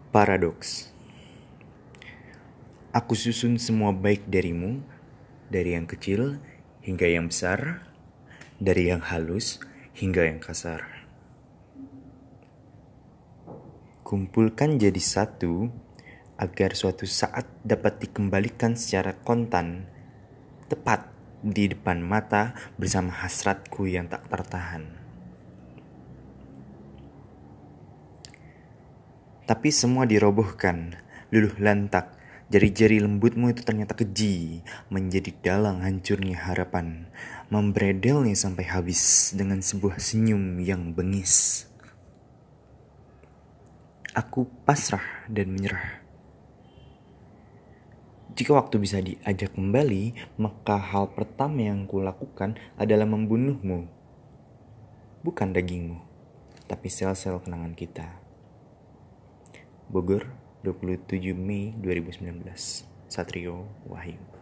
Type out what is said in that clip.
Paradoks. Aku susun semua baik darimu, dari yang kecil hingga yang besar, dari yang halus hingga yang kasar. Kumpulkan jadi satu, agar suatu saat dapat dikembalikan secara kontan, tepat di depan mata bersama hasratku yang tak tertahan. Tapi semua dirobohkan, luluh lantak. Jari-jari lembutmu itu ternyata keji, menjadi dalang hancurnya harapan, membredelnya sampai habis dengan sebuah senyum yang bengis. Aku pasrah dan menyerah. Jika waktu bisa diajak kembali, maka hal pertama yang kulakukan adalah membunuhmu. Bukan dagingmu, tapi sel-sel kenangan kita. Bogor, 27 Mei 2019. Satrio Wahyu.